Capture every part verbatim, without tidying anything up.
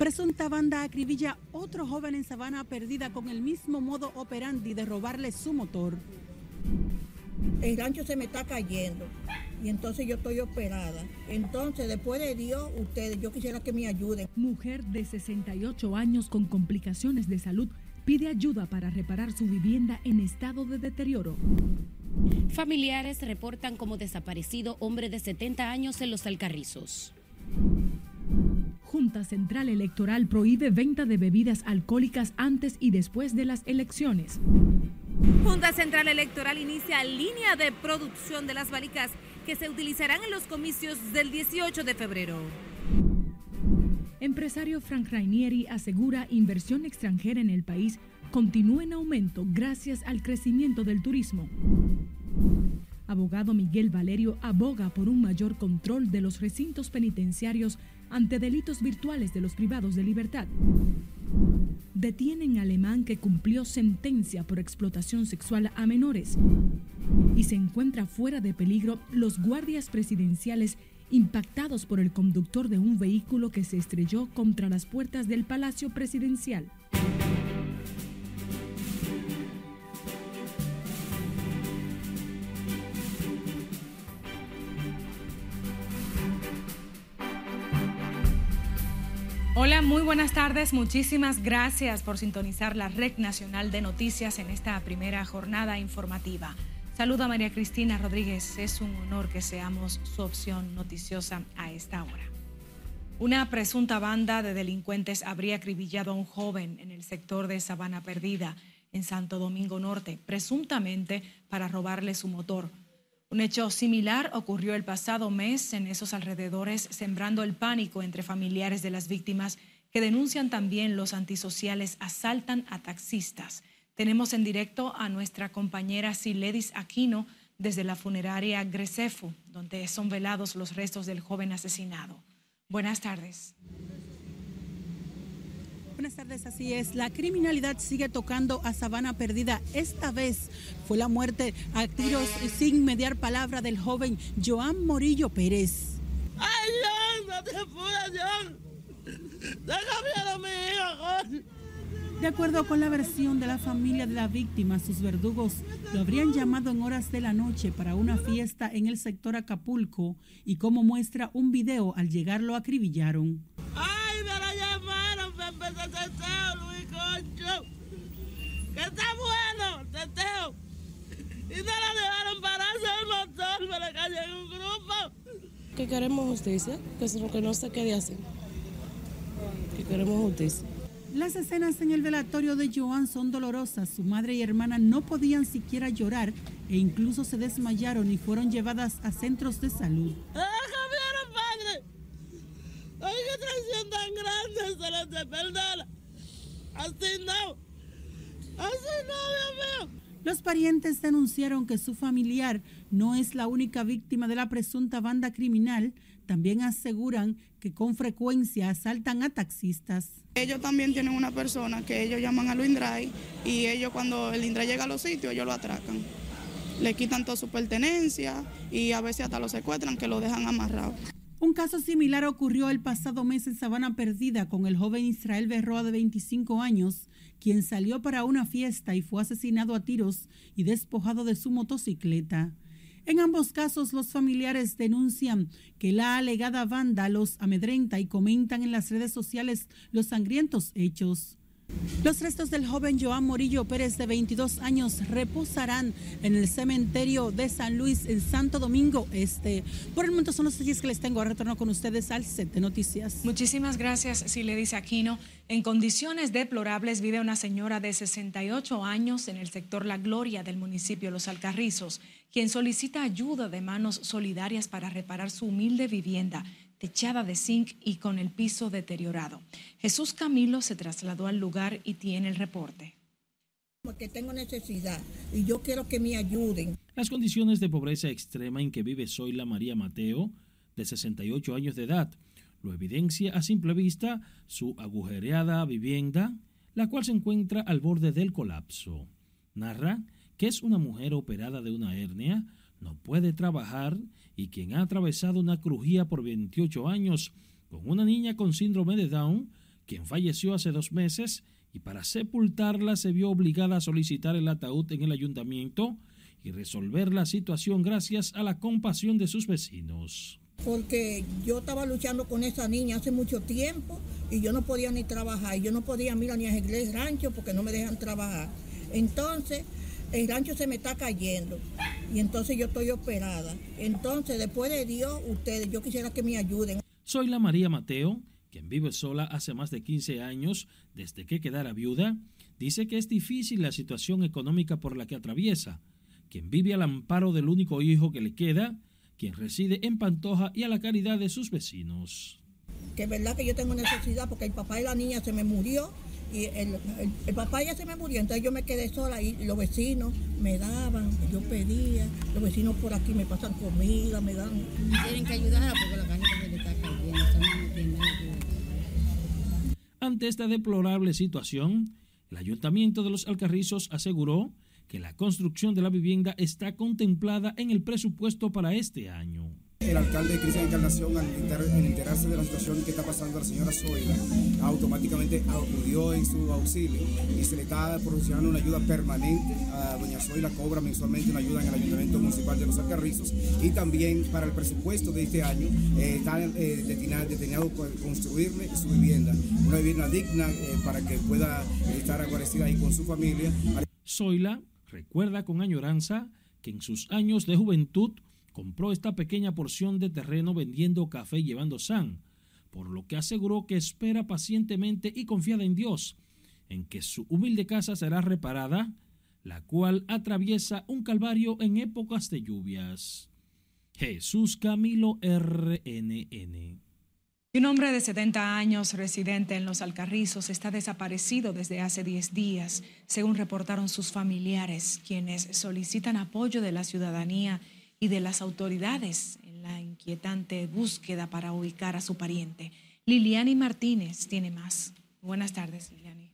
Presunta banda acribilla otro joven en Sabana Perdida con el mismo modo operandi de robarle su motor. El rancho se me está cayendo y entonces yo estoy operada. Entonces, después de Dios, ustedes, yo quisiera que me ayuden. Mujer de sesenta y ocho años con complicaciones de salud pide ayuda para reparar su vivienda en estado de deterioro. Familiares reportan como desaparecido hombre de setenta años en Los Alcarrizos. Junta Central Electoral prohíbe venta de bebidas alcohólicas antes y después de las elecciones. Junta Central Electoral inicia línea de producción de las balicas que se utilizarán en los comicios del dieciocho de febrero. Empresario Frank Rainieri asegura inversión extranjera en el país continúa en aumento gracias al crecimiento del turismo. Abogado Miguel Valerio aboga por un mayor control de los recintos penitenciarios ante delitos virtuales de los privados de libertad. Detienen alemán que cumplió sentencia por explotación sexual a menores. Y se encuentra fuera de peligro los guardias presidenciales impactados por el conductor de un vehículo que se estrelló contra las puertas del Palacio Presidencial. Hola, muy buenas tardes. Muchísimas gracias por sintonizar la Red Nacional de Noticias en esta primera jornada informativa. Saluda a María Cristina Rodríguez. Es un honor que seamos su opción noticiosa a esta hora. Una presunta banda de delincuentes habría acribillado a un joven en el sector de Sabana Perdida, en Santo Domingo Norte, presuntamente para robarle su motor. Un hecho similar ocurrió el pasado mes en esos alrededores, sembrando el pánico entre familiares de las víctimas que denuncian también los antisociales asaltan a taxistas. Tenemos en directo a nuestra compañera Siledis Aquino desde la funeraria Grecefu, donde son velados los restos del joven asesinado. Buenas tardes. Buenas tardes, así es. La criminalidad sigue tocando a Sabana Perdida. Esta vez fue la muerte a tiros sin mediar palabra del joven Joan Morillo Pérez. ¡Ay, John! ¡No te pude, John! ¡Déjame a mi hijo! De acuerdo con la versión de la familia de la víctima, sus verdugos lo habrían llamado en horas de la noche para una fiesta en el sector Acapulco y como muestra un video, al llegar lo acribillaron. ¡Ay, me la llamaron! ¡Me empezó teteo, Luis Concho! ¡Que está bueno, teteo! Y no la dejaron pararse el motor, me la cayó en un grupo. Que queremos justicia, que, es lo que no se quede así. Que queremos justicia. Las escenas en el velatorio de Joan son dolorosas. Su madre y hermana no podían siquiera llorar e incluso se desmayaron y fueron llevadas a centros de salud. ¡Ah, cambiaron, padre! ¡Ay, qué traición tan grande! Se les te perdona. Así no. Así no, Dios mío. Los parientes denunciaron que su familiar no es la única víctima de la presunta banda criminal. También aseguran que con frecuencia asaltan a taxistas. Ellos también tienen una persona que ellos llaman a los Indray y ellos cuando el Indray llega a los sitios, ellos lo atracan. Le quitan toda su pertenencia y a veces hasta lo secuestran, que lo dejan amarrado. Un caso similar ocurrió el pasado mes en Sabana Perdida con el joven Israel Berroa de veinticinco años, quien salió para una fiesta y fue asesinado a tiros y despojado de su motocicleta. En ambos casos, los familiares denuncian que la alegada banda los amedrenta y comentan en las redes sociales los sangrientos hechos. Los restos del joven Joan Morillo Pérez, de veintidós años, reposarán en el cementerio de San Luis, en Santo Domingo Este. Por el momento son los detalles que les tengo. Ahora retorno con ustedes al set de noticias. Muchísimas gracias, Siledis Aquino. En condiciones deplorables vive una señora de sesenta y ocho años en el sector La Gloria del municipio Los Alcarrizos, quien solicita ayuda de manos solidarias para reparar su humilde vivienda, techada de zinc y con el piso deteriorado. Jesús Camilo se trasladó al lugar y tiene el reporte. Porque tengo necesidad y yo quiero que me ayuden. Las condiciones de pobreza extrema en que vive Zoila María Mateo, de sesenta y ocho años de edad, lo evidencia a simple vista su agujereada vivienda, la cual se encuentra al borde del colapso. Narra que es una mujer operada de una hernia, no puede trabajar y quien ha atravesado una crujía por veintiocho años con una niña con síndrome de Down quien falleció hace dos meses y para sepultarla se vio obligada a solicitar el ataúd en el ayuntamiento y resolver la situación gracias a la compasión de sus vecinos. Porque yo estaba luchando con esa niña hace mucho tiempo y yo no podía ni trabajar, yo no podía mirar ni arreglar el rancho porque no me dejan trabajar. Entonces, el rancho se me está cayendo y entonces yo estoy operada. Entonces, después de Dios, ustedes, yo quisiera que me ayuden. Soy la María Mateo, quien vive sola hace más de quince años desde que quedara viuda, dice que es difícil la situación económica por la que atraviesa, quien vive al amparo del único hijo que le queda, quien reside en Pantoja y a la caridad de sus vecinos. Que es verdad que yo tengo necesidad porque el papá de la niña se me murió y el, el, el papá ya se me murió, entonces yo me quedé sola y los vecinos me daban, yo pedía, los vecinos por aquí me pasan comida, me dan... Tienen que ayudar porque la calle se le está cayendo. Ante esta deplorable situación, el Ayuntamiento de Los Alcarrizos aseguró que la construcción de la vivienda está contemplada en el presupuesto para este año. El alcalde de Cristian Encarnación, al enterarse de la situación que está pasando a la señora Zoila, automáticamente acudió en su auxilio y se le está proporcionando una ayuda permanente a doña Zoila. Cobra mensualmente una ayuda en el Ayuntamiento Municipal de Los Alcarrizos y también para el presupuesto de este año eh, está eh, destinado, destinado para construirle su vivienda, una vivienda digna eh, para que pueda estar aguarecido ahí con su familia. Zoila recuerda con añoranza que en sus años de juventud compró esta pequeña porción de terreno vendiendo café y llevando san, por lo que aseguró que espera pacientemente y confiada en Dios, en que su humilde casa será reparada, la cual atraviesa un calvario en épocas de lluvias. Jesús Camilo, R N N. Un hombre de setenta años, residente en Los Alcarrizos, está desaparecido desde hace diez días, según reportaron sus familiares, quienes solicitan apoyo de la ciudadanía y de las autoridades en la inquietante búsqueda para ubicar a su pariente. Liliani Martínez tiene más. Buenas tardes, Liliani.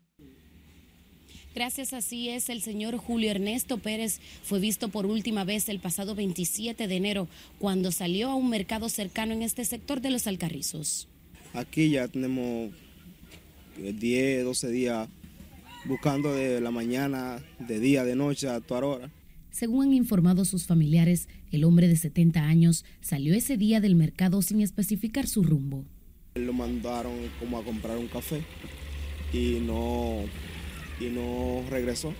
Gracias, así es. El señor Julio Ernesto Pérez fue visto por última vez el pasado veintisiete de enero, cuando salió a un mercado cercano en este sector de Los Alcarrizos. Aquí ya tenemos diez, doce días buscando de la mañana, de día, de noche, a toda hora. Según han informado sus familiares, el hombre de setenta años salió ese día del mercado sin especificar su rumbo. Lo mandaron como a comprar un café y no, y no regresó.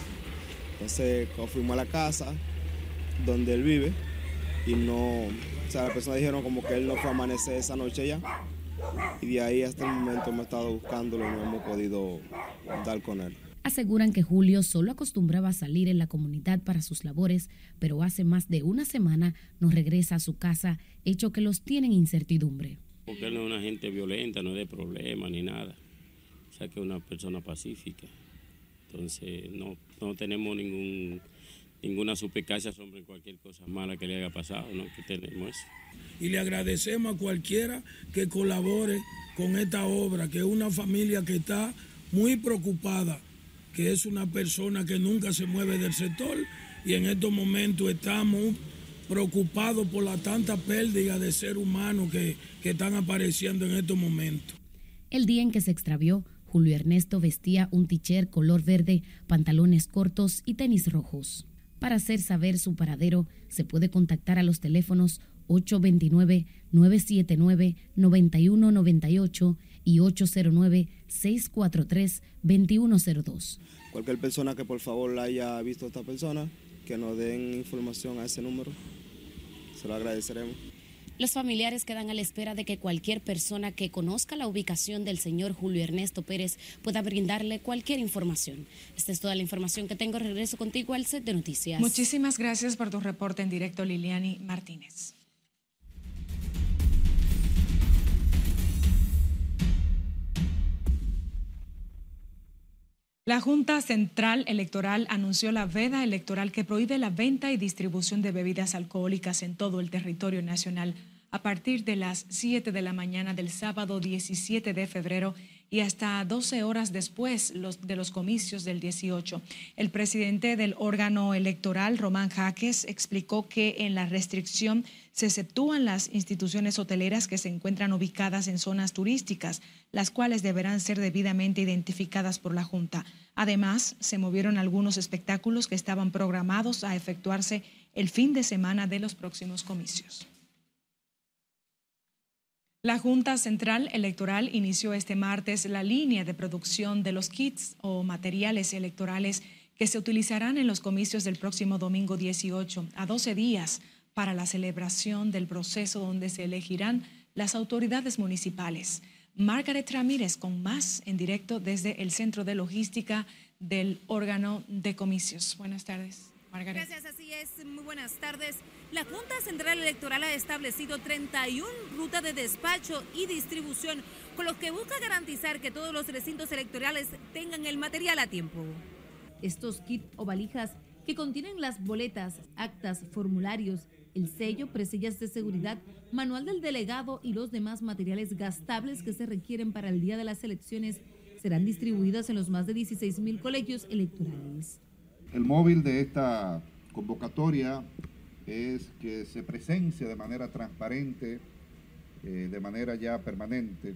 Entonces fuimos a la casa donde él vive y no, o sea, las personas dijeron como que él no fue a amanecer esa noche ya. Y de ahí hasta el momento hemos estado buscándolo y no hemos podido dar con él. Aseguran que Julio solo acostumbraba a salir en la comunidad para sus labores, pero hace más de una semana no regresa a su casa, hecho que los tiene en incertidumbre. Porque él no es una gente violenta, no es de problema ni nada, o sea que es una persona pacífica. Entonces no, no tenemos ningún, ninguna suspicacia sobre cualquier cosa mala que le haya pasado, ¿no? Que tenemos eso. Y le agradecemos a cualquiera que colabore con esta obra, que es una familia que está muy preocupada, que es una persona que nunca se mueve del sector y en estos momentos estamos preocupados por la tanta pérdida de ser humano que, que están apareciendo en estos momentos. El día en que se extravió, Julio Ernesto vestía un t-shirt color verde, pantalones cortos y tenis rojos. Para hacer saber su paradero, se puede contactar a los teléfonos ocho dos nueve, nueve siete nueve, nueve uno nueve ocho y ocho cero nueve, seis cuatro tres, dos uno cero dos. Cualquier persona que por favor haya visto a esta persona, que nos den información a ese número, se lo agradeceremos. Los familiares quedan a la espera de que cualquier persona que conozca la ubicación del señor Julio Ernesto Pérez pueda brindarle cualquier información. Esta es toda la información que tengo. Regreso contigo al set de noticias. Muchísimas gracias por tu reporte en directo, Liliani Martínez. La Junta Central Electoral anunció la veda electoral que prohíbe la venta y distribución de bebidas alcohólicas en todo el territorio nacional a partir de las siete de la mañana del sábado diecisiete de febrero y hasta doce horas después los, de los comicios del dieciocho. El presidente del órgano electoral, Román Jaques, explicó que en la restricción se exceptúan las instituciones hoteleras que se encuentran ubicadas en zonas turísticas, las cuales deberán ser debidamente identificadas por la Junta. Además, se movieron algunos espectáculos que estaban programados a efectuarse el fin de semana de los próximos comicios. La Junta Central Electoral inició este martes la línea de producción de los kits o materiales electorales que se utilizarán en los comicios del próximo domingo dieciocho, a doce días para la celebración del proceso donde se elegirán las autoridades municipales. Margaret Ramírez con más en directo desde el Centro de Logística del órgano de comicios. Buenas tardes, Margaret. Gracias, así es. Muy buenas tardes. La Junta Central Electoral ha establecido treinta y una rutas de despacho y distribución, con lo que busca garantizar que todos los recintos electorales tengan el material a tiempo. Estos kits o valijas que contienen las boletas, actas, formularios, el sello, presillas de seguridad, manual del delegado y los demás materiales gastables que se requieren para el día de las elecciones serán distribuidas en los más de dieciséis mil colegios electorales. El móvil de esta convocatoria es que se presencie de manera transparente, eh, de manera ya permanente,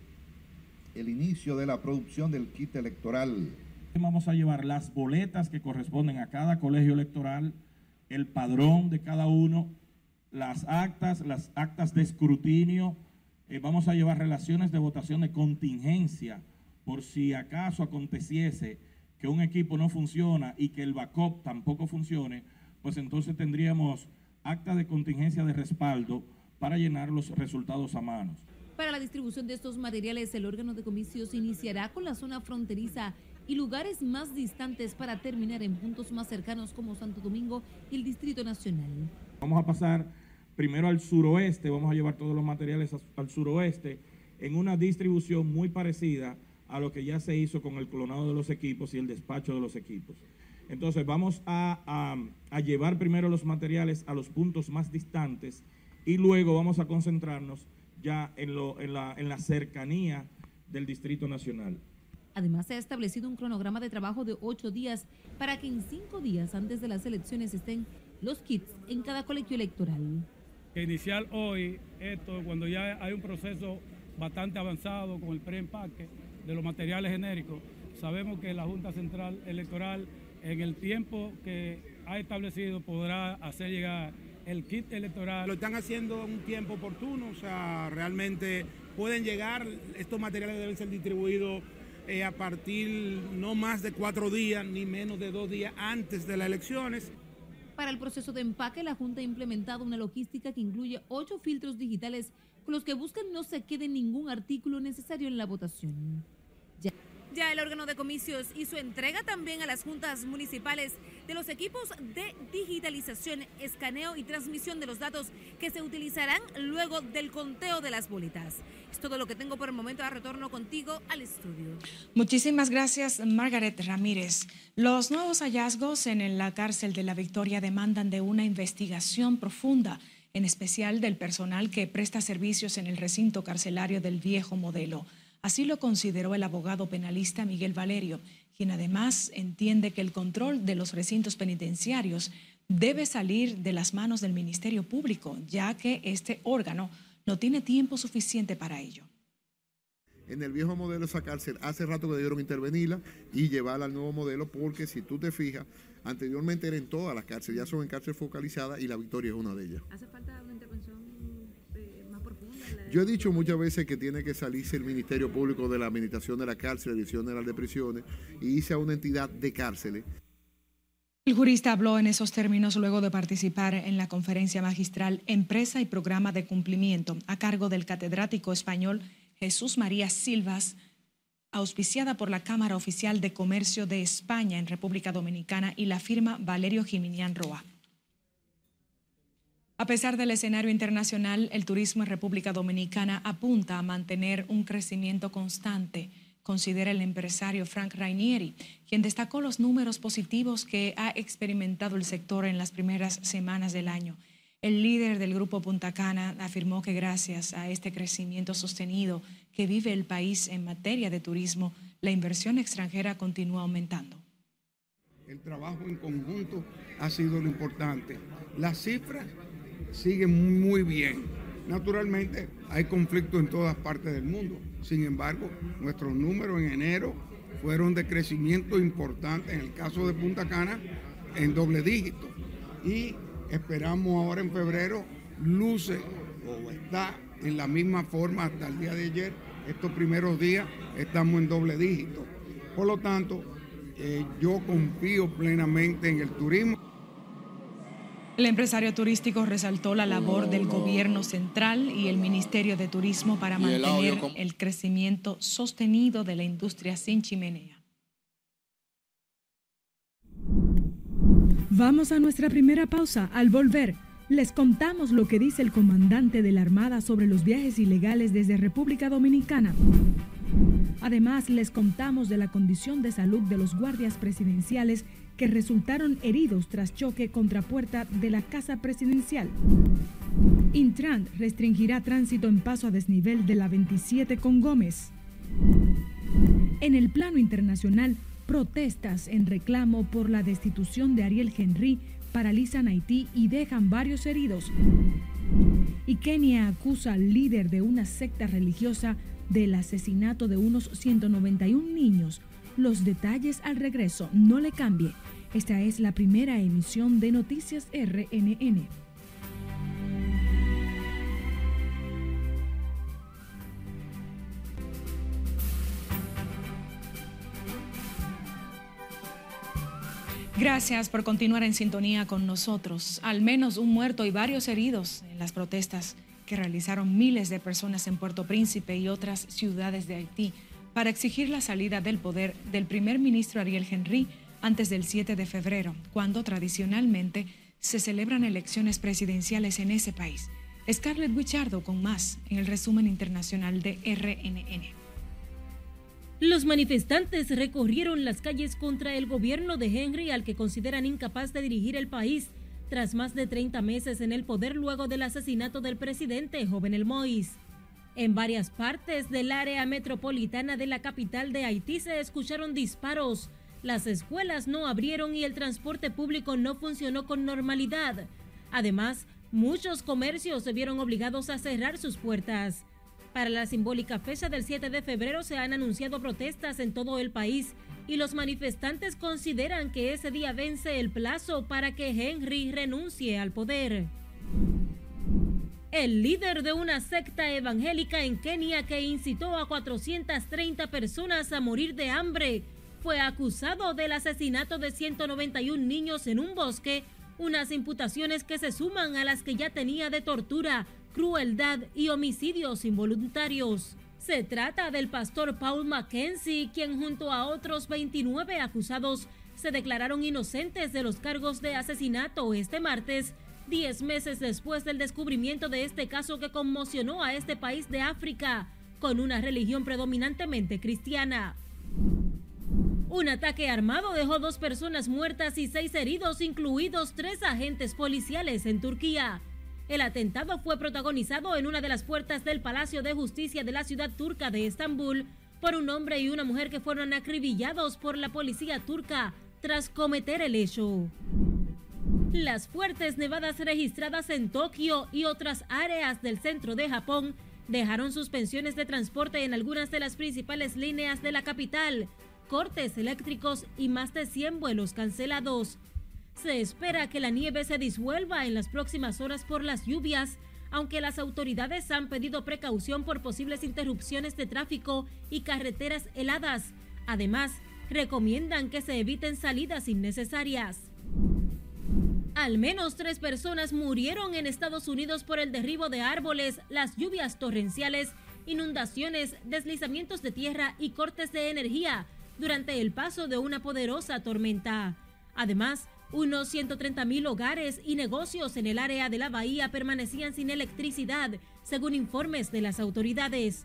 el inicio de la producción del kit electoral. Vamos a llevar las boletas que corresponden a cada colegio electoral, el padrón de cada uno, las actas, las actas de escrutinio, eh, vamos a llevar relaciones de votación de contingencia, por si acaso aconteciese que un equipo no funciona y que el backup tampoco funcione, pues entonces tendríamos actas de contingencia de respaldo para llenar los resultados a manos. Para la distribución de estos materiales, el órgano de comicios iniciará con la zona fronteriza y lugares más distantes para terminar en puntos más cercanos como Santo Domingo y el Distrito Nacional. Vamos a pasar primero al suroeste, vamos a llevar todos los materiales al suroeste en una distribución muy parecida a lo que ya se hizo con el clonado de los equipos y el despacho de los equipos. Entonces vamos a, a, a llevar primero los materiales a los puntos más distantes y luego vamos a concentrarnos ya en, lo, en, la, en la cercanía del Distrito Nacional. Además, se ha establecido un cronograma de trabajo de ocho días para que en cinco días antes de las elecciones estén los kits en cada colegio electoral. Que iniciar hoy esto cuando ya hay un proceso bastante avanzado con el preempaque de los materiales genéricos. Sabemos que la Junta Central Electoral en el tiempo que ha establecido podrá hacer llegar el kit electoral. Lo están haciendo en un tiempo oportuno, o sea, realmente pueden llegar, estos materiales deben ser distribuidos eh, a partir no más de cuatro días ni menos de dos días antes de las elecciones. Para el proceso de empaque, la Junta ha implementado una logística que incluye ocho filtros digitales con los que buscan no se quede ningún artículo necesario en la votación. Ya. Ya el órgano de comicios hizo entrega también a las juntas municipales de los equipos de digitalización, escaneo y transmisión de los datos que se utilizarán luego del conteo de las boletas. Es todo lo que tengo por el momento. Ahora retorno contigo al estudio. Muchísimas gracias, Margaret Ramírez. Los nuevos hallazgos en la cárcel de La Victoria demandan de una investigación profunda, en especial del personal que presta servicios en el recinto carcelario del viejo modelo. Así lo consideró el abogado penalista Miguel Valerio, quien además entiende que el control de los recintos penitenciarios debe salir de las manos del Ministerio Público, ya que este órgano no tiene tiempo suficiente para ello. En el viejo modelo esa cárcel hace rato que debieron intervenirla y llevarla al nuevo modelo, porque si tú te fijas, anteriormente era en todas las cárceles, ya son en cárcel focalizada y La Victoria es una de ellas. ¿Hace falta una intervención eh, más profunda? Yo he dicho muchas veces que tiene que salirse el Ministerio Público de la Administración de la Cárcel, la Dirección General de Prisiones, y irse a una entidad de cárceles. El jurista habló en esos términos luego de participar en la conferencia magistral Empresa y Programa de Cumplimiento a cargo del catedrático español Jesús María Silvas, auspiciada por la Cámara Oficial de Comercio de España en República Dominicana y la firma Valerio Jiminián Roa. A pesar del escenario internacional, el turismo en República Dominicana apunta a mantener un crecimiento constante, considera el empresario Frank Rainieri, quien destacó los números positivos que ha experimentado el sector en las primeras semanas del año. El líder del Grupo Punta Cana afirmó que gracias a este crecimiento sostenido que vive el país en materia de turismo, la inversión extranjera continúa aumentando. El trabajo en conjunto ha sido lo importante. Las cifras siguen muy bien. Naturalmente hay conflictos en todas partes del mundo. Sin embargo, nuestros números en enero fueron de crecimiento importante. En el caso de Punta Cana, en doble dígito. Y esperamos ahora en febrero, luce o está en la misma forma hasta el día de ayer. Estos primeros días estamos en doble dígito. Por lo tanto, eh, yo confío plenamente en el turismo. El empresario turístico resaltó la labor del gobierno central y el Ministerio de Turismo para mantener el crecimiento sostenido de la industria sin chimenea. Vamos a nuestra primera pausa. Al volver, les contamos lo que dice el comandante de la Armada sobre los viajes ilegales desde República Dominicana. Además, les contamos de la condición de salud de los guardias presidenciales que resultaron heridos tras choque contra puerta de la Casa Presidencial. Intran restringirá tránsito en paso a desnivel de la veintisiete con Gómez. En el plano internacional, protestas en reclamo por la destitución de Ariel Henry paralizan Haití y dejan varios heridos. Y Kenia acusa al líder de una secta religiosa del asesinato de unos ciento noventa y un niños. Los detalles al regreso, no le cambie. Esta es la primera emisión de Noticias R N N. Gracias por continuar en sintonía con nosotros. Al menos un muerto y varios heridos en las protestas que realizaron miles de personas en Puerto Príncipe y otras ciudades de Haití para exigir la salida del poder del primer ministro Ariel Henry antes del siete de febrero, cuando tradicionalmente se celebran elecciones presidenciales en ese país. Scarlett Guichardo con más en el resumen internacional de R N N. Los manifestantes recorrieron las calles contra el gobierno de Henry, al que consideran incapaz de dirigir el país tras más de treinta meses en el poder luego del asesinato del presidente Jovenel Moïse. En varias partes del área metropolitana de la capital de Haití se escucharon disparos. Las escuelas no abrieron y el transporte público no funcionó con normalidad. Además, muchos comercios se vieron obligados a cerrar sus puertas. Para la simbólica fecha del siete de febrero se han anunciado protestas en todo el país y los manifestantes consideran que ese día vence el plazo para que Henry renuncie al poder. El líder de una secta evangélica en Kenia que incitó a cuatrocientas treinta personas a morir de hambre fue acusado del asesinato de ciento noventa y un niños en un bosque, unas imputaciones que se suman a las que ya tenía de tortura, crueldad y homicidios involuntarios. Se trata del pastor Paul Mackenzie, quien junto a otros veintinueve acusados se declararon inocentes de los cargos de asesinato este martes, diez meses después del descubrimiento de este caso que conmocionó a este país de África, con una religión predominantemente cristiana. Un ataque armado dejó dos personas muertas y seis heridos, incluidos tres agentes policiales en Turquía. El atentado fue protagonizado en una de las puertas del Palacio de Justicia de la ciudad turca de Estambul por un hombre y una mujer que fueron acribillados por la policía turca tras cometer el hecho. Las fuertes nevadas registradas en Tokio y otras áreas del centro de Japón dejaron suspensiones de transporte en algunas de las principales líneas de la capital, cortes eléctricos y más de cien vuelos cancelados. Se espera que la nieve se disuelva en las próximas horas por las lluvias, aunque las autoridades han pedido precaución por posibles interrupciones de tráfico y carreteras heladas. Además, recomiendan que se eviten salidas innecesarias. Al menos tres personas murieron en Estados Unidos por el derribo de árboles, las lluvias torrenciales, inundaciones, deslizamientos de tierra y cortes de energía durante el paso de una poderosa tormenta. Además, unos ciento treinta mil hogares y negocios en el área de la bahía permanecían sin electricidad, según informes de las autoridades.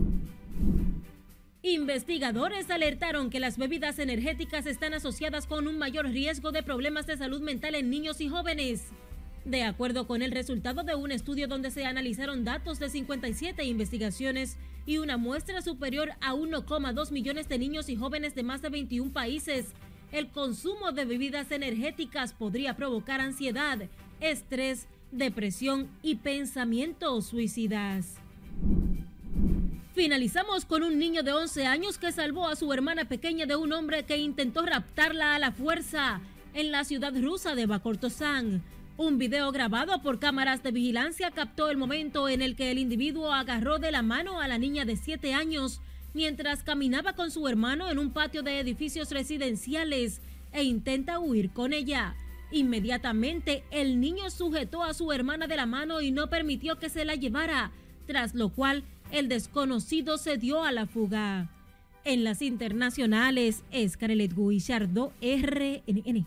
Investigadores alertaron que las bebidas energéticas están asociadas con un mayor riesgo de problemas de salud mental en niños y jóvenes. De acuerdo con el resultado de un estudio donde se analizaron datos de cincuenta y siete investigaciones y una muestra superior a uno coma dos millones de niños y jóvenes de más de veintiún países, el consumo de bebidas energéticas podría provocar ansiedad, estrés, depresión y pensamientos suicidas. Finalizamos con un niño de once años que salvó a su hermana pequeña de un hombre que intentó raptarla a la fuerza en la ciudad rusa de Bakortosán. Un video grabado por cámaras de vigilancia captó el momento en el que el individuo agarró de la mano a la niña de siete años mientras caminaba con su hermano en un patio de edificios residenciales e intenta huir con ella. Inmediatamente, el niño sujetó a su hermana de la mano y no permitió que se la llevara, tras lo cual el desconocido se dio a la fuga. En las internacionales, Scarlett Guillardo, R N N.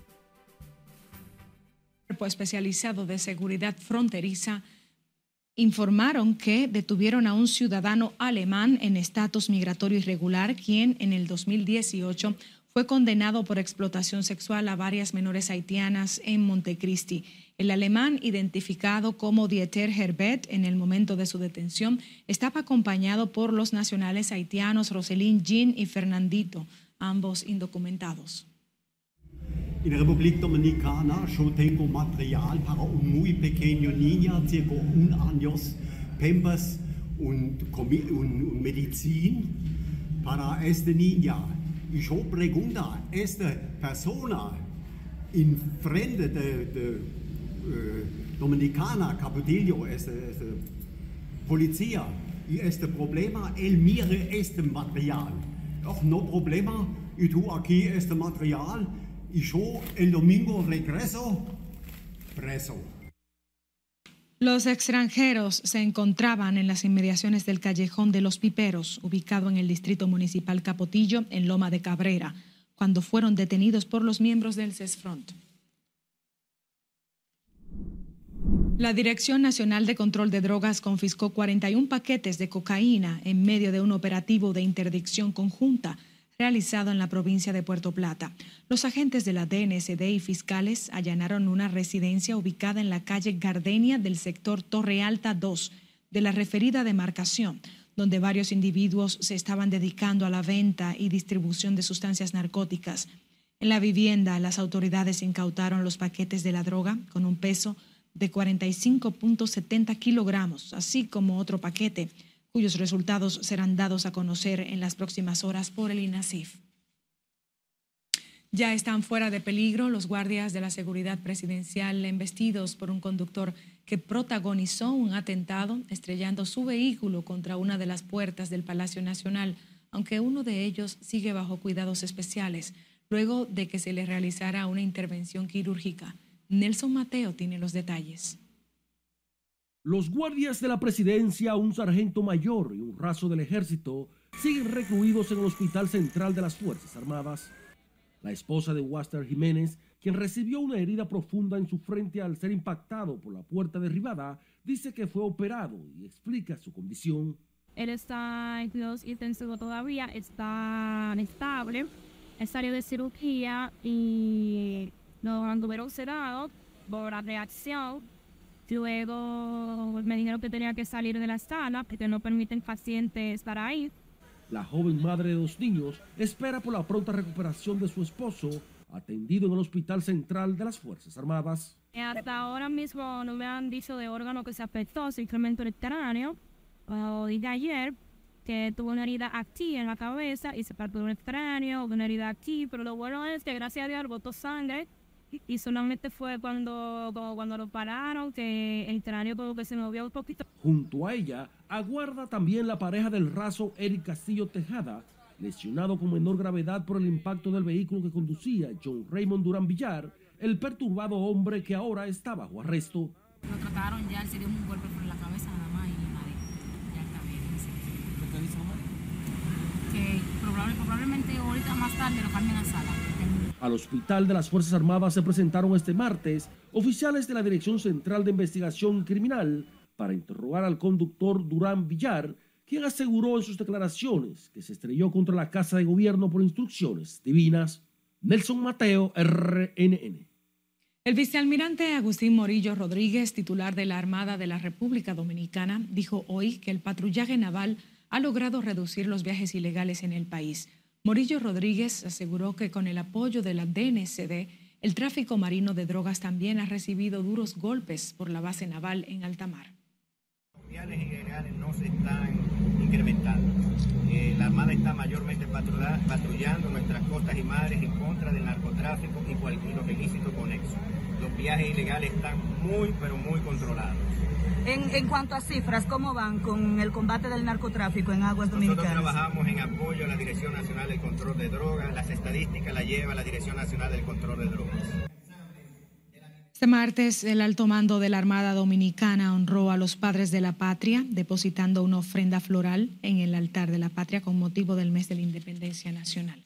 El Cuerpo Especializado de Seguridad Fronteriza informaron que detuvieron a un ciudadano alemán en estatus migratorio irregular, quien en el dos mil dieciocho fue condenado por explotación sexual a varias menores haitianas en Montecristi. El alemán, identificado como Dieter Herbert en el momento de su detención, estaba acompañado por los nacionales haitianos Roselyn Jean y Fernandito, ambos indocumentados. In República Dominicana yo tengo material para un muy pequeño niño, circa un años, pampers und, und medicin para esta niña. Y yo pregunto, esta persona en frente de, de uh, Dominicana, Capitolio, esta, esta policía, y este problema, él mire este material. Oh, no problema, y tú aquí este material, y yo el domingo regreso preso. Los extranjeros se encontraban en las inmediaciones del Callejón de los Piperos, ubicado en el Distrito Municipal Capotillo, en Loma de Cabrera, cuando fueron detenidos por los miembros del CESFRONT. La Dirección Nacional de Control de Drogas confiscó cuarenta y un paquetes de cocaína en medio de un operativo de interdicción conjunta realizado en la provincia de Puerto Plata. Los agentes de la D N S D y fiscales allanaron una residencia ubicada en la calle Gardenia del sector Torre Alta dos de la referida demarcación, donde varios individuos se estaban dedicando a la venta y distribución de sustancias narcóticas. En la vivienda, las autoridades incautaron los paquetes de la droga con un peso de cuarenta y cinco punto setenta kilogramos, así como otro paquete, cuyos resultados serán dados a conocer en las próximas horas por el INASIF. Ya están fuera de peligro los guardias de la seguridad presidencial embestidos por un conductor que protagonizó un atentado estrellando su vehículo contra una de las puertas del Palacio Nacional, aunque uno de ellos sigue bajo cuidados especiales, luego de que se le realizara una intervención quirúrgica. Nelson Mateo tiene los detalles. Los guardias de la presidencia, un sargento mayor y un raso del ejército siguen recluidos en el Hospital Central de las Fuerzas Armadas. La esposa de Waster Jiménez, quien recibió una herida profunda en su frente al ser impactado por la puerta derribada, dice que fue operado y explica su condición. Él está en cuidados intensivos todavía, está estable, salió de cirugía y lo anduvieron sedado por la reacción. Luego me dijeron que tenía que salir de la sala porque no permiten pacientes estar ahí. La joven madre de dos niños espera por la pronta recuperación de su esposo, atendido en el Hospital Central de las Fuerzas Armadas. Hasta ahora mismo no me han dicho de órgano que se afectó, simplemente el cráneo. Uh, dije ayer que tuvo una herida aquí en la cabeza y se partió el cráneo, una herida aquí, pero lo bueno es que gracias a Dios botó sangre. Y solamente fue cuando, cuando lo pararon que el cráneo todo que se movió un poquito. Junto a ella aguarda también la pareja del raso Eric Castillo Tejada, lesionado con menor gravedad por el impacto del vehículo que conducía John Raymond Durán Villar, el perturbado hombre que ahora está bajo arresto. Lo trataron ya, él se dio un golpe por la cabeza nada más y nadie, ya está bien. ¿Qué te dice mamá? Que probable, probablemente ahorita más tarde lo cambien a sala. Al Hospital de las Fuerzas Armadas se presentaron este martes oficiales de la Dirección Central de Investigación Criminal para interrogar al conductor Durán Villar, quien aseguró en sus declaraciones que se estrelló contra la Casa de Gobierno por instrucciones divinas. Nelson Mateo, R N N. El vicealmirante Agustín Morillo Rodríguez, titular de la Armada de la República Dominicana, dijo hoy que el patrullaje naval ha logrado reducir los viajes ilegales en el país. Morillo Rodríguez aseguró que con el apoyo de la D N C D, el tráfico marino de drogas también ha recibido duros golpes por la base naval en alta mar. Los viajes ilegales no se están incrementando. Eh, la Armada está mayormente patrullando nuestras costas y mares en contra del narcotráfico y cualquier ilícito conexo. Los viajes ilegales están muy, pero muy controlados. En, en cuanto a cifras, ¿cómo van con el combate del narcotráfico en aguas dominicanas? Nosotros trabajamos en apoyo a la Dirección Nacional del Control de Drogas. Las estadísticas las lleva la Dirección Nacional del Control de Drogas. Este martes, el alto mando de la Armada Dominicana honró a los padres de la patria, depositando una ofrenda floral en el altar de la patria con motivo del mes de la Independencia Nacional.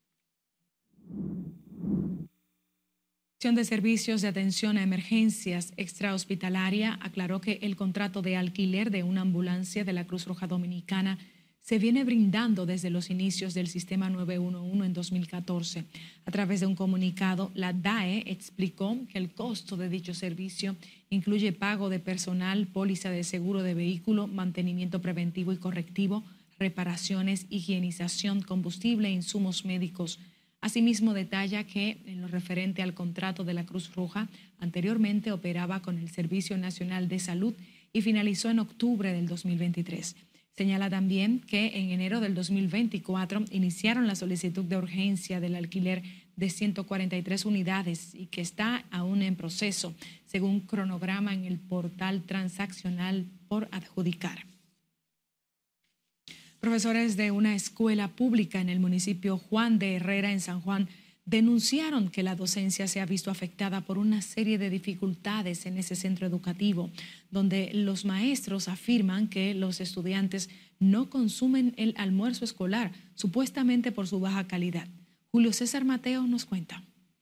La Dirección de Servicios de Atención a Emergencias Extrahospitalaria aclaró que el contrato de alquiler de una ambulancia de la Cruz Roja Dominicana se viene brindando desde los inicios del sistema nueve uno uno en dos mil catorce. A través de un comunicado, la D A E explicó que el costo de dicho servicio incluye pago de personal, póliza de seguro de vehículo, mantenimiento preventivo y correctivo, reparaciones, higienización, combustible e insumos médicos. Asimismo, detalla que en lo referente al contrato de la Cruz Roja, anteriormente operaba con el Servicio Nacional de Salud y finalizó en octubre del dos mil veintitrés. Señala también que en enero del dos mil veinticuatro iniciaron la solicitud de urgencia del alquiler de ciento cuarenta y tres unidades y que está aún en proceso, según cronograma en el portal transaccional por adjudicar. Profesores de una escuela pública en el municipio Juan de Herrera, en San Juan, denunciaron que la docencia se ha visto afectada por una serie de dificultades en ese centro educativo, donde los maestros afirman que los estudiantes no consumen el almuerzo escolar, supuestamente por su baja calidad. Julio César Mateo nos cuenta.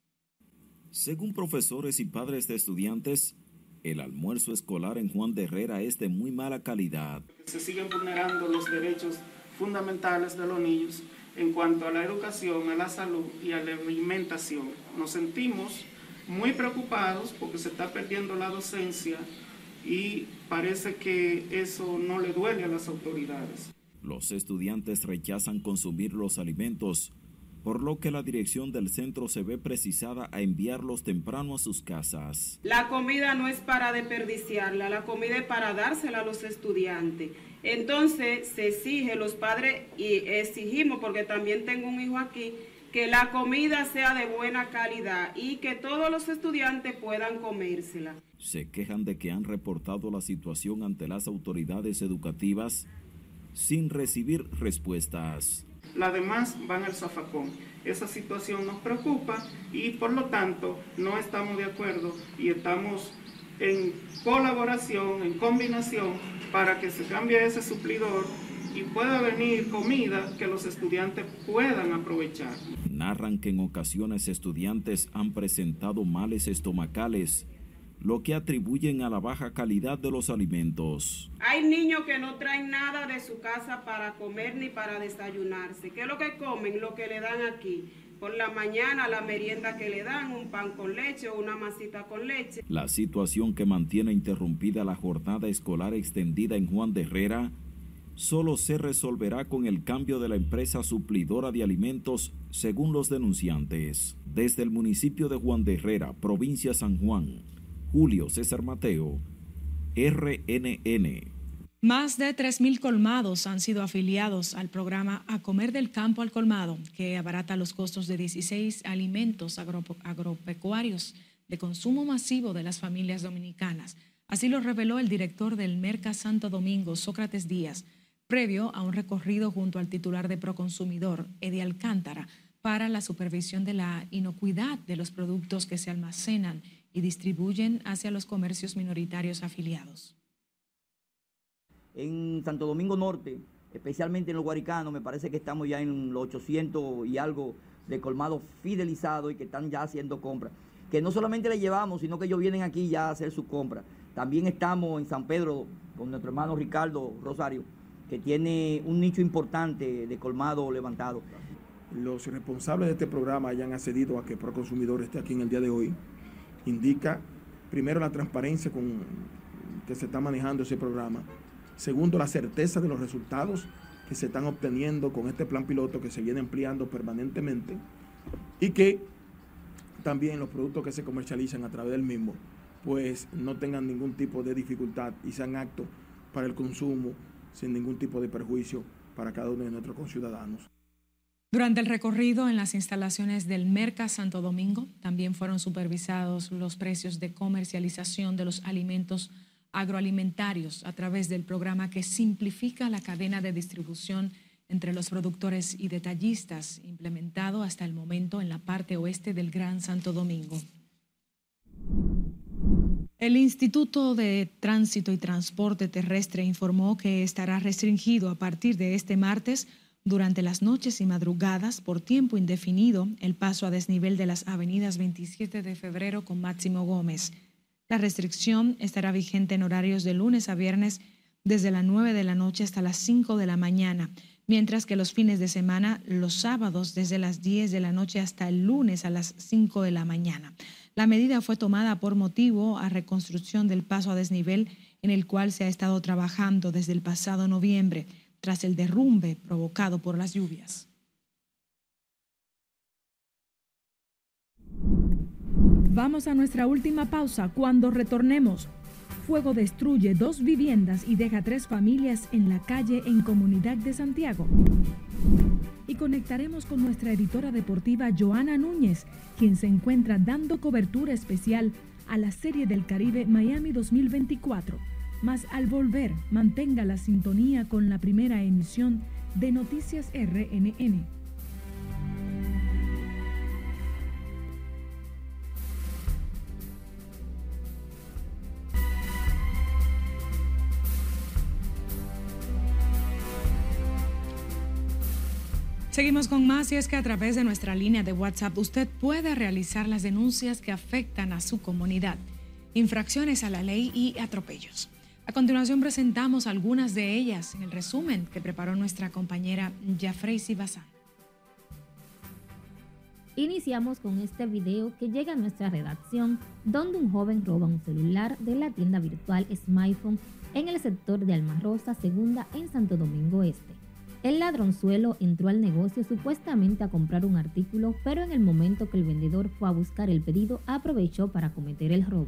Según profesores y padres de estudiantes, el almuerzo escolar en Juan de Herrera es de muy mala calidad. Se siguen vulnerando los derechos fundamentales de los niños en cuanto a la educación, a la salud y a la alimentación. Nos sentimos muy preocupados porque se está perdiendo la docencia y parece que eso no le duele a las autoridades. Los estudiantes rechazan consumir los alimentos, por lo que la dirección del centro se ve precisada a enviarlos temprano a sus casas. La comida no es para desperdiciarla, la comida es para dársela a los estudiantes. Entonces se exige, los padres, y exigimos, porque también tengo un hijo aquí, que la comida sea de buena calidad y que todos los estudiantes puedan comérsela. Se quejan de que han reportado la situación ante las autoridades educativas sin recibir respuestas. Las demás van al zafacón. Esa situación nos preocupa y por lo tanto no estamos de acuerdo y estamos en colaboración, en combinación para que se cambie ese suplidor y pueda venir comida que los estudiantes puedan aprovechar. Narran que en ocasiones estudiantes han presentado males estomacales, lo que atribuyen a la baja calidad de los alimentos. Hay niños que no traen nada de su casa para comer ni para desayunarse. ¿Qué es lo que comen? Lo que le dan aquí. Por la mañana la merienda que le dan, un pan con leche o una masita con leche. La situación que mantiene interrumpida la jornada escolar extendida en Juan de Herrera solo se resolverá con el cambio de la empresa suplidora de alimentos, según los denunciantes. Desde el municipio de Juan de Herrera, provincia San Juan, Julio César Mateo, R N N. Más de tres mil colmados han sido afiliados al programa A Comer del Campo al Colmado, que abarata los costos de dieciséis alimentos agro agropecuarios de consumo masivo de las familias dominicanas. Así lo reveló el director del Merca Santo Domingo, Sócrates Díaz, previo a un recorrido junto al titular de Proconsumidor, Eddie Alcántara, para la supervisión de la inocuidad de los productos que se almacenan y distribuyen hacia los comercios minoritarios afiliados. En Santo Domingo Norte, especialmente en los Guaricanos, me parece que estamos ya en los ochocientos y algo de colmados fidelizados y que están ya haciendo compras. Que no solamente le llevamos, sino que ellos vienen aquí ya a hacer su compra. También estamos en San Pedro con nuestro hermano Ricardo Rosario, que tiene un nicho importante de colmado levantado. Los responsables de este programa hayan accedido a que Proconsumidor esté aquí en el día de hoy. indica, primero, la transparencia con que se está manejando ese programa. Segundo, la certeza de los resultados que se están obteniendo con este plan piloto que se viene ampliando permanentemente y que también los productos que se comercializan a través del mismo pues no tengan ningún tipo de dificultad y sean aptos para el consumo sin ningún tipo de perjuicio para cada uno de nuestros conciudadanos. Durante el recorrido en las instalaciones del Merca Santo Domingo también fueron supervisados los precios de comercialización de los alimentos agroalimentarios a través del programa que simplifica la cadena de distribución entre los productores y detallistas, implementado hasta el momento en la parte oeste del Gran Santo Domingo. El Instituto de Tránsito y Transporte Terrestre informó que estará restringido a partir de este martes durante las noches y madrugadas por tiempo indefinido el paso a desnivel de las avenidas veintisiete de febrero con Máximo Gómez. La restricción estará vigente en horarios de lunes a viernes desde las nueve de la noche hasta las cinco de la mañana, mientras que los fines de semana, los sábados desde las diez de la noche hasta el lunes a las cinco de la mañana. La medida fue tomada por motivo a reconstrucción del paso a desnivel en el cual se ha estado trabajando desde el pasado noviembre, tras el derrumbe provocado por las lluvias. Vamos a nuestra última pausa. Cuando retornemos, fuego destruye dos viviendas y deja tres familias en la calle en Comunidad de Santiago. Y conectaremos con nuestra editora deportiva Joana Núñez, quien se encuentra dando cobertura especial a la Serie del Caribe Miami dos mil veinticuatro. Mas al volver, mantenga la sintonía con la primera emisión de Noticias R N N. Seguimos con más y es que a través de nuestra línea de WhatsApp usted puede realizar las denuncias que afectan a su comunidad, infracciones a la ley y atropellos. A continuación presentamos algunas de ellas en el resumen que preparó nuestra compañera Yafreisi Bazán. Iniciamos con este video que llega a nuestra redacción, donde un joven roba un celular de la tienda virtual Smartphone en el sector de Almarrosa Segunda en Santo Domingo Este. El ladronzuelo entró al negocio supuestamente a comprar un artículo, pero en el momento que el vendedor fue a buscar el pedido, aprovechó para cometer el robo.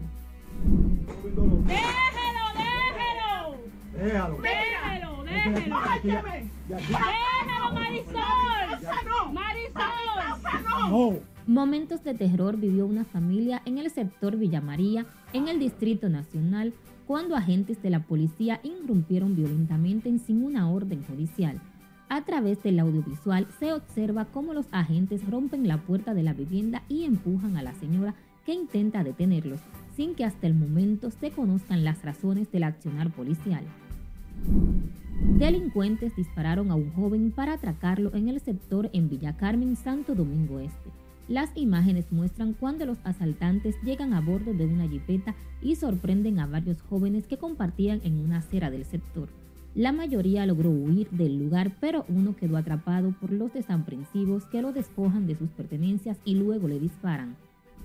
¡Déjelo, déjelo! ¡Déjalo! ¡Déjelo, déjelo! ¡Déjeme! ¡Déjelo, Marisol! ¡Marisol! No. Momentos de terror vivió una familia en el sector Villa María, en el Distrito Nacional, cuando agentes de la policía irrumpieron violentamente sin una orden judicial. A través del audiovisual se observa cómo los agentes rompen la puerta de la vivienda y empujan a la señora que intenta detenerlos, sin que hasta el momento se conozcan las razones del accionar policial. Delincuentes dispararon a un joven para atracarlo en el sector en Villa Carmen, Santo Domingo Este. Las imágenes muestran cuando los asaltantes llegan a bordo de una jipeta y sorprenden a varios jóvenes que compartían en una acera del sector. La mayoría logró huir del lugar, pero uno quedó atrapado por los desaprensivos que lo despojan de sus pertenencias y luego le disparan.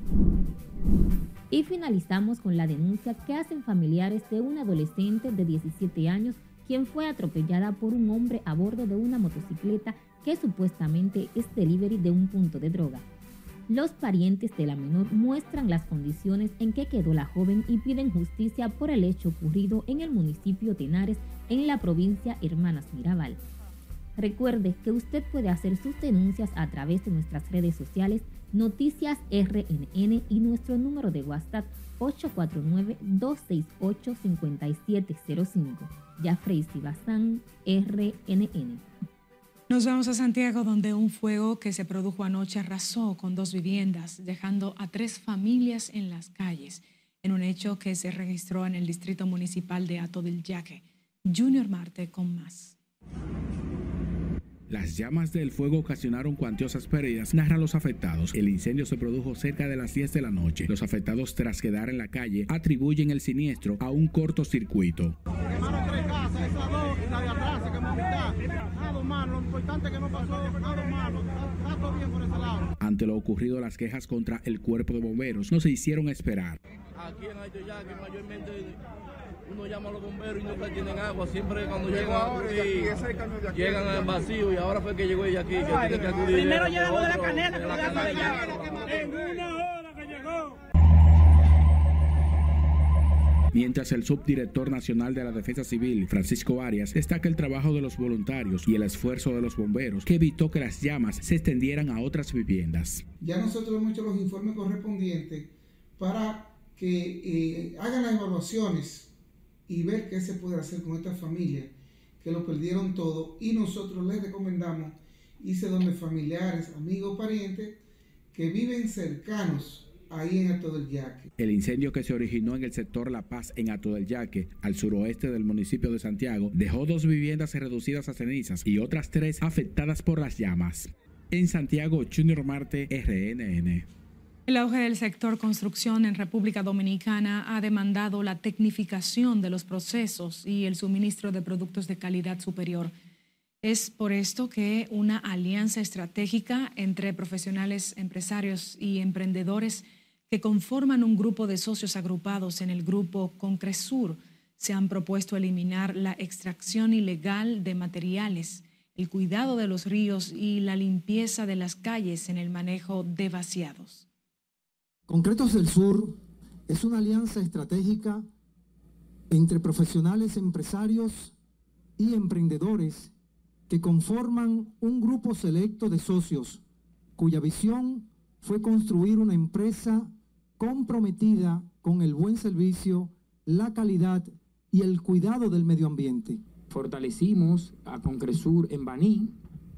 Y finalizamos con la denuncia que hacen familiares de una adolescente de diecisiete años, quien fue atropellada por un hombre a bordo de una motocicleta que supuestamente es delivery de un punto de droga. Los parientes de la menor muestran las condiciones en que quedó la joven y piden justicia por el hecho ocurrido en el municipio Tenares, en la provincia Hermanas Mirabal. Recuerde que usted puede hacer sus denuncias a través de nuestras redes sociales, Noticias R N N y nuestro número de WhatsApp ocho cuatro nueve, dos seis ocho, cinco siete cero cinco. Yafreisi Bazán, R N N. Nos vamos a Santiago, donde un fuego que se produjo anoche arrasó con dos viviendas, dejando a tres familias en las calles, en un hecho que se registró en el distrito municipal de Hato del Yaque. Junior Marte con más. Las llamas del fuego ocasionaron cuantiosas pérdidas, narran los afectados. El incendio se produjo cerca de las diez de la noche. Los afectados, tras quedar en la calle, atribuyen el siniestro a un cortocircuito. Quemaron tres casas esas dos y la de atrás se quemó mitad. Nada malo, lo importante es que no pasó nada malo. Está todo bien por ese lado. Ante lo ocurrido, las quejas contra el cuerpo de bomberos no se hicieron esperar. Aquí en Atoyaque mayormente uno llama a los bomberos y nunca tienen agua. Siempre cuando llegan aquí, llegan al vacío y ahora fue que llegó ella aquí. Que tiene que acudir. Primero llegamos de la canela, que lo de Atoyaque. En una hora que llegó. Mientras el subdirector nacional de la Defensa Civil, Francisco Arias, destaca el trabajo de los voluntarios y el esfuerzo de los bomberos, que evitó que las llamas se extendieran a otras viviendas. Ya nosotros hemos hecho los informes correspondientes para que eh, hagan las evaluaciones y ver qué se puede hacer con estas familias que lo perdieron todo, y nosotros les recomendamos irse donde familiares, amigos, parientes que viven cercanos ahí en Hato del Yaque. El incendio que se originó en el sector La Paz en Hato del Yaque, al suroeste del municipio de Santiago, dejó dos viviendas reducidas a cenizas y otras tres afectadas por las llamas. En Santiago, Junior Marte, R N N. El auge del sector construcción en República Dominicana ha demandado la tecnificación de los procesos y el suministro de productos de calidad superior. Es por esto que una alianza estratégica entre profesionales, empresarios y emprendedores que conforman un grupo de socios agrupados en el grupo Concresur se han propuesto eliminar la extracción ilegal de materiales, el cuidado de los ríos y la limpieza de las calles en el manejo de vaciados. Concretos del Sur es una alianza estratégica entre profesionales, empresarios y emprendedores que conforman un grupo selecto de socios cuya visión fue construir una empresa comprometida con el buen servicio, la calidad y el cuidado del medio ambiente. Fortalecimos a Concresur en Baní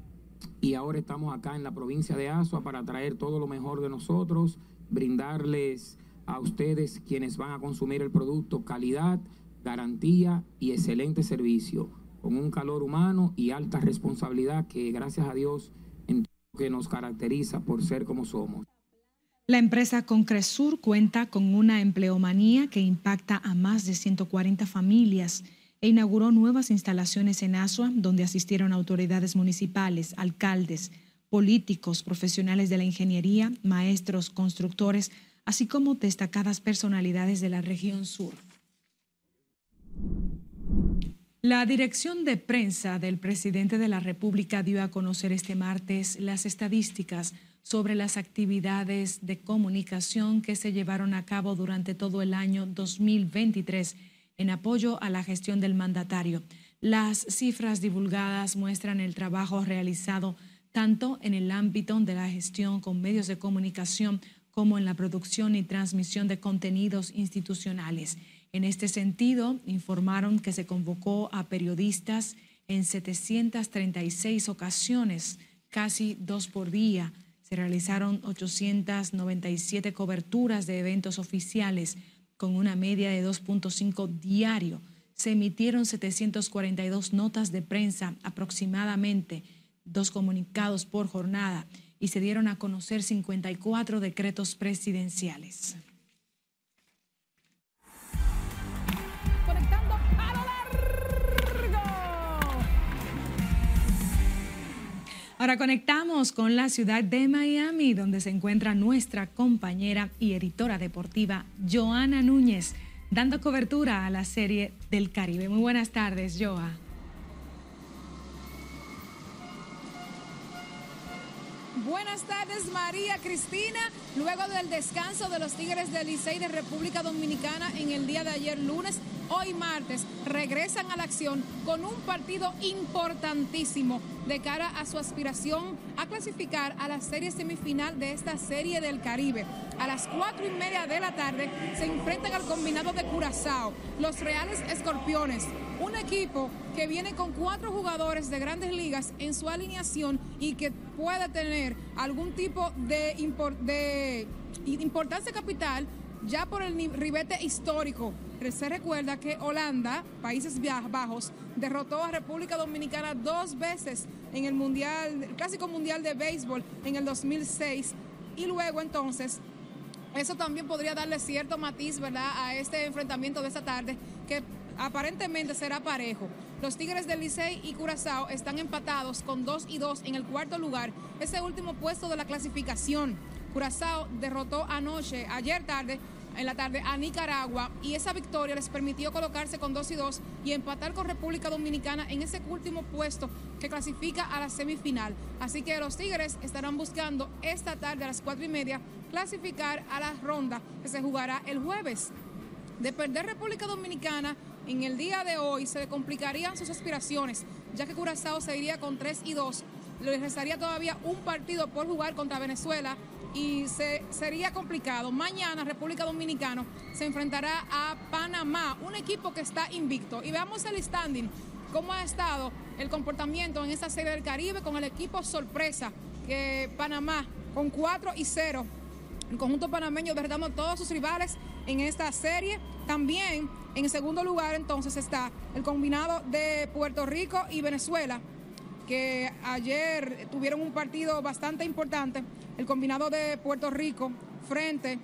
y ahora estamos acá en la provincia de Azua para traer todo lo mejor de nosotros, brindarles a ustedes quienes van a consumir el producto calidad, garantía y excelente servicio, con un calor humano y alta responsabilidad que gracias a Dios en todo lo que nos caracteriza por ser como somos. La empresa Concresur cuenta con una empleomanía que impacta a más de ciento cuarenta familias e inauguró nuevas instalaciones en Azua, donde asistieron autoridades municipales, alcaldes, políticos, profesionales de la ingeniería, maestros, constructores, así como destacadas personalidades de la región sur. La dirección de prensa del presidente de la República dio a conocer este martes las estadísticas sobre las actividades de comunicación que se llevaron a cabo durante todo el año dos mil veintitrés en apoyo a la gestión del mandatario. Las cifras divulgadas muestran el trabajo realizado tanto en el ámbito de la gestión con medios de comunicación como en la producción y transmisión de contenidos institucionales. En este sentido, informaron que se convocó a periodistas en setecientas treinta y seis ocasiones, casi dos por día. Se realizaron ochocientas noventa y siete coberturas de eventos oficiales con una media de dos punto cinco diario. Se emitieron setecientas cuarenta y dos notas de prensa, aproximadamente dos comunicados por jornada, y se dieron a conocer cincuenta y cuatro decretos presidenciales. Conectando a lo largo. Ahora conectamos con la ciudad de Miami, donde se encuentra nuestra compañera y editora deportiva Joana Núñez, dando cobertura a la Serie del Caribe. Muy buenas tardes, Joa. Buenas tardes, María Cristina. Luego del descanso de los Tigres del Licey de República Dominicana en el día de ayer lunes, hoy martes regresan a la acción con un partido importantísimo de cara a su aspiración a clasificar a la serie semifinal de esta Serie del Caribe. A las cuatro y media de la tarde se enfrentan al combinado de Curazao, los Reales Escorpiones, un equipo que viene con cuatro jugadores de grandes ligas en su alineación y que puede tener algún tipo de, import de importancia capital ya por el ribete histórico. Se recuerda que Holanda, Países Bajos, derrotó a República Dominicana dos veces en el mundial, el Clásico Mundial de Béisbol en el dos mil seis, y luego entonces eso también podría darle cierto matiz, ¿verdad?, a este enfrentamiento de esta tarde, que aparentemente será parejo. Los Tigres del Licey y Curazao están empatados con dos y dos en el cuarto lugar, ese último puesto de la clasificación. Curazao derrotó anoche, ayer tarde, en la tarde, a Nicaragua, y esa victoria les permitió colocarse con dos y dos y empatar con República Dominicana en ese último puesto que clasifica a la semifinal. Así que los Tigres estarán buscando esta tarde a las cuatro y media clasificar a la ronda que se jugará el jueves. De perder República Dominicana en el día de hoy, se le complicarían sus aspiraciones, ya que Curazao se iría con tres y dos. Le restaría todavía un partido por jugar contra Venezuela y se, sería complicado. Mañana República Dominicana se enfrentará a Panamá, un equipo que está invicto. Y veamos el standing, cómo ha estado el comportamiento en esta serie del Caribe con el equipo sorpresa, que Panamá con cuatro y cero. El conjunto panameño derrotando a todos sus rivales en esta serie. También en segundo lugar entonces está el combinado de Puerto Rico y Venezuela, que ayer tuvieron un partido bastante importante, el combinado de Puerto Rico frente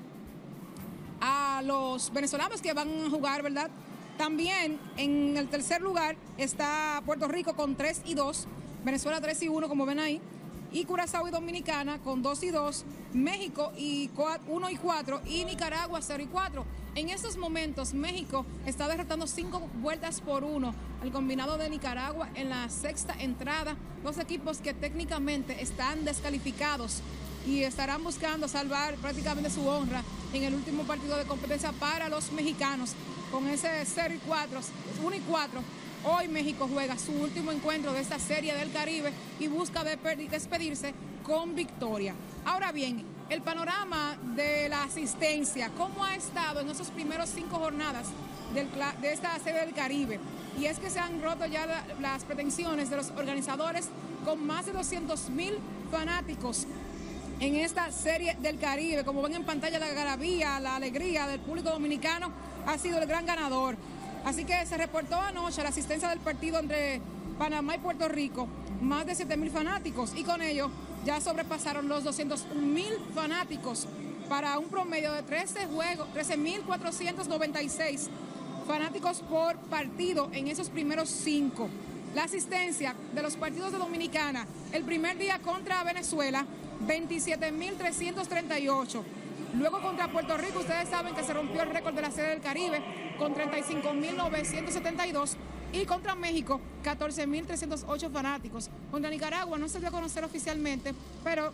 a los venezolanos que van a jugar, ¿verdad? También en el tercer lugar está Puerto Rico con tres y dos, Venezuela tres y uno, como ven ahí, y Curazao y Dominicana con dos y dos, México y uno y cuatro y Nicaragua cero y cuatro. En estos momentos México está derrotando cinco vueltas por uno al combinado de Nicaragua en la sexta entrada, dos equipos que técnicamente están descalificados y estarán buscando salvar prácticamente su honra en el último partido de competencia para los mexicanos con ese cero y cuatro, uno y cuatro. Hoy México juega su último encuentro de esta serie del Caribe y busca despedirse con victoria. Ahora bien, el panorama de la asistencia, cómo ha estado en esos primeros cinco jornadas del, de esta serie del Caribe. Y es que se han roto ya la, las pretensiones de los organizadores con más de doscientos mil fanáticos en esta serie del Caribe. Como ven en pantalla, la algarabía, la alegría del público dominicano ha sido el gran ganador. Así que se reportó anoche la asistencia del partido entre Panamá y Puerto Rico, más de siete mil fanáticos, y con ello ya sobrepasaron los doscientos mil fanáticos para un promedio de trece juegos, trece mil cuatrocientos noventa y seis fanáticos por partido en esos primeros cinco. La asistencia de los partidos de Dominicana, el primer día contra Venezuela, veintisiete mil trescientos treinta y ocho. Luego contra Puerto Rico, ustedes saben que se rompió el récord de la Serie del Caribe con treinta y cinco mil novecientos setenta y dos, y contra México catorce mil trescientos ocho fanáticos. Contra Nicaragua no se dio a conocer oficialmente, pero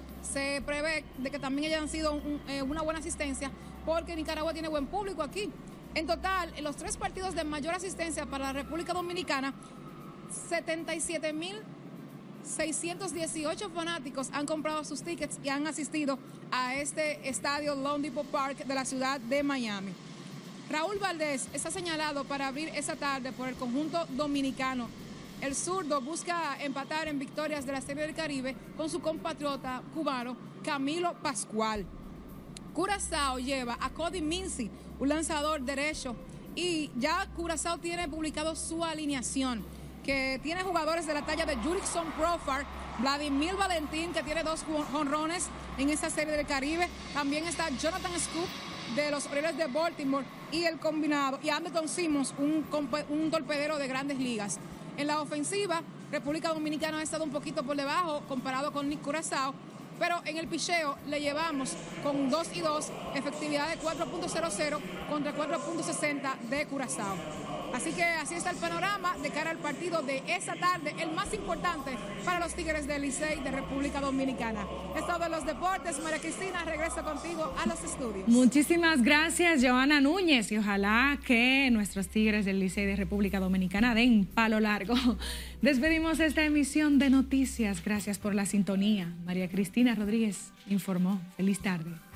se prevé de que también hayan sido un, eh, una buena asistencia, porque Nicaragua tiene buen público aquí. En total, en los tres partidos de mayor asistencia para la República Dominicana, setenta y siete mil seiscientos dieciocho fanáticos han comprado sus tickets y han asistido a este estadio Lone Depot Park de la ciudad de Miami. Raúl Valdés está señalado para abrir esa tarde por el conjunto dominicano. El zurdo busca empatar en victorias de la Serie del Caribe con su compatriota cubano Camilo Pascual. Curazao lleva a Cody Mincy, un lanzador derecho, y ya Curazao tiene publicado su alineación, que tiene jugadores de la talla de Jurickson Profar, Vladimir Valentín, que tiene dos jonrones en esta Serie del Caribe. También está Jonathan Scoop de los Orioles de Baltimore y el combinado, y Anderson Simmons, un, un torpedero de grandes ligas. En la ofensiva, República Dominicana ha estado un poquito por debajo comparado con Nick Curazao, pero en el picheo le llevamos con dos y dos, efectividad de cuatro punto cero cero contra cuatro punto sesenta de Curazao. Así que así está el panorama de cara al partido de esta tarde, el más importante para los Tigres del Licey de República Dominicana. Es todo en los deportes. María Cristina, regreso contigo a los estudios. Muchísimas gracias, Johanna Núñez, y ojalá que nuestros Tigres del Licey de República Dominicana den palo largo. Despedimos esta emisión de noticias. Gracias por la sintonía. María Cristina Rodríguez informó. Feliz tarde.